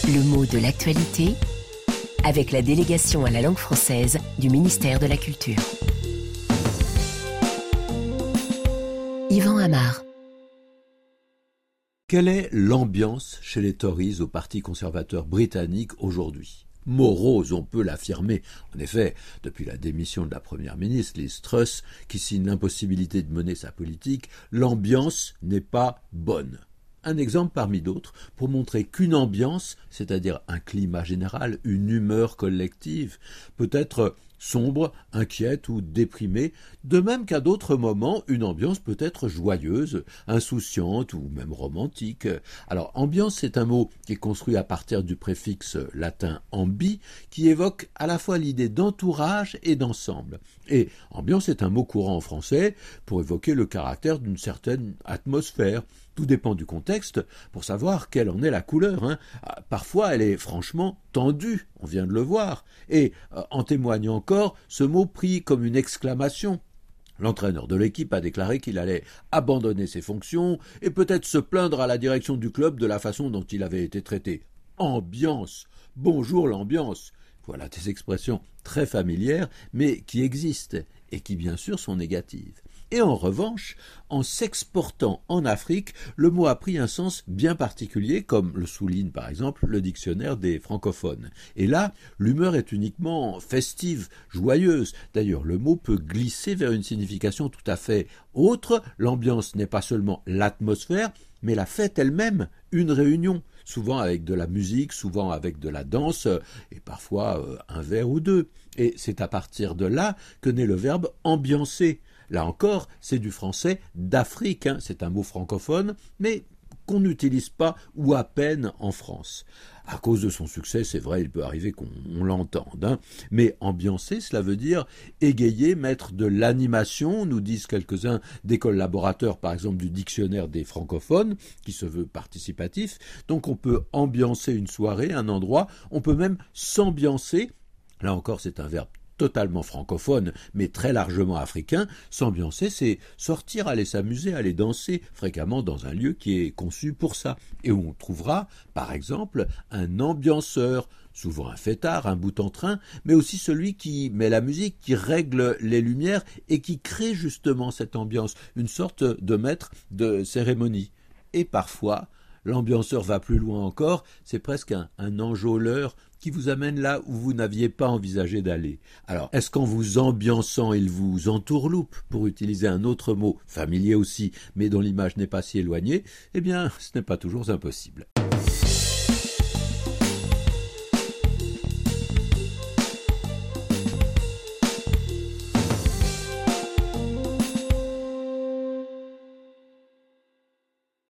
Le mot de l'actualité avec la délégation à la langue française du ministère de la Culture. Yvan Amar. Quelle est l'ambiance chez les Tories au Parti conservateur britannique aujourd'hui ? Morose, on peut l'affirmer. En effet, depuis la démission de la première ministre, Liz Truss, qui signe l'impossibilité de mener sa politique, l'ambiance n'est pas bonne. Un exemple parmi d'autres pour montrer qu'une ambiance, c'est-à-dire un climat général, une humeur collective, peut être sombre, inquiète ou déprimée, de même qu'à d'autres moments, une ambiance peut être joyeuse, insouciante ou même romantique. Alors, ambiance, c'est un mot qui est construit à partir du préfixe latin ambi, qui évoque à la fois l'idée d'entourage et d'ensemble. Et ambiance est un mot courant en français pour évoquer le caractère d'une certaine atmosphère. Tout dépend du contexte pour savoir quelle en est la couleur. Parfois, elle est franchement tendue, on vient de le voir. Et en témoigne encore ce mot pris comme une exclamation. L'entraîneur de l'équipe a déclaré qu'il allait abandonner ses fonctions et peut-être se plaindre à la direction du club de la façon dont il avait été traité. Ambiance, bonjour l'ambiance. Voilà des expressions très familières, mais qui existent et qui bien sûr sont négatives. Et en revanche, en s'exportant en Afrique, le mot a pris un sens bien particulier, comme le souligne par exemple le dictionnaire des francophones. Et là, l'humeur est uniquement festive, joyeuse. D'ailleurs, le mot peut glisser vers une signification tout à fait autre. L'ambiance n'est pas seulement l'atmosphère, mais la fête elle-même, une réunion, souvent avec de la musique, souvent avec de la danse, et parfois un verre ou deux. Et c'est à partir de là que naît le verbe ambiancer. Là encore, c'est du français d'Afrique, c'est un mot francophone, mais qu'on n'utilise pas ou à peine en France. À cause de son succès, c'est vrai, il peut arriver qu'on l'entende. Mais ambiancer, cela veut dire égayer, mettre de l'animation, nous disent quelques-uns des collaborateurs, par exemple du dictionnaire des francophones, qui se veut participatif. Donc on peut ambiancer une soirée, un endroit, on peut même s'ambiancer. Là encore, c'est un verbe totalement francophone, mais très largement africain. S'ambiancer, c'est sortir, aller s'amuser, aller danser, fréquemment dans un lieu qui est conçu pour ça, et où on trouvera, par exemple, un ambianceur, souvent un fêtard, un boute-en-train, mais aussi celui qui met la musique, qui règle les lumières et qui crée justement cette ambiance, une sorte de maître de cérémonie. Et parfois, l'ambianceur va plus loin encore, c'est presque un enjôleur qui vous amène là où vous n'aviez pas envisagé d'aller. Alors, est-ce qu'en vous ambiançant, il vous entourloupe, pour utiliser un autre mot, familier aussi, mais dont l'image n'est pas si éloignée ? Eh bien, ce n'est pas toujours impossible.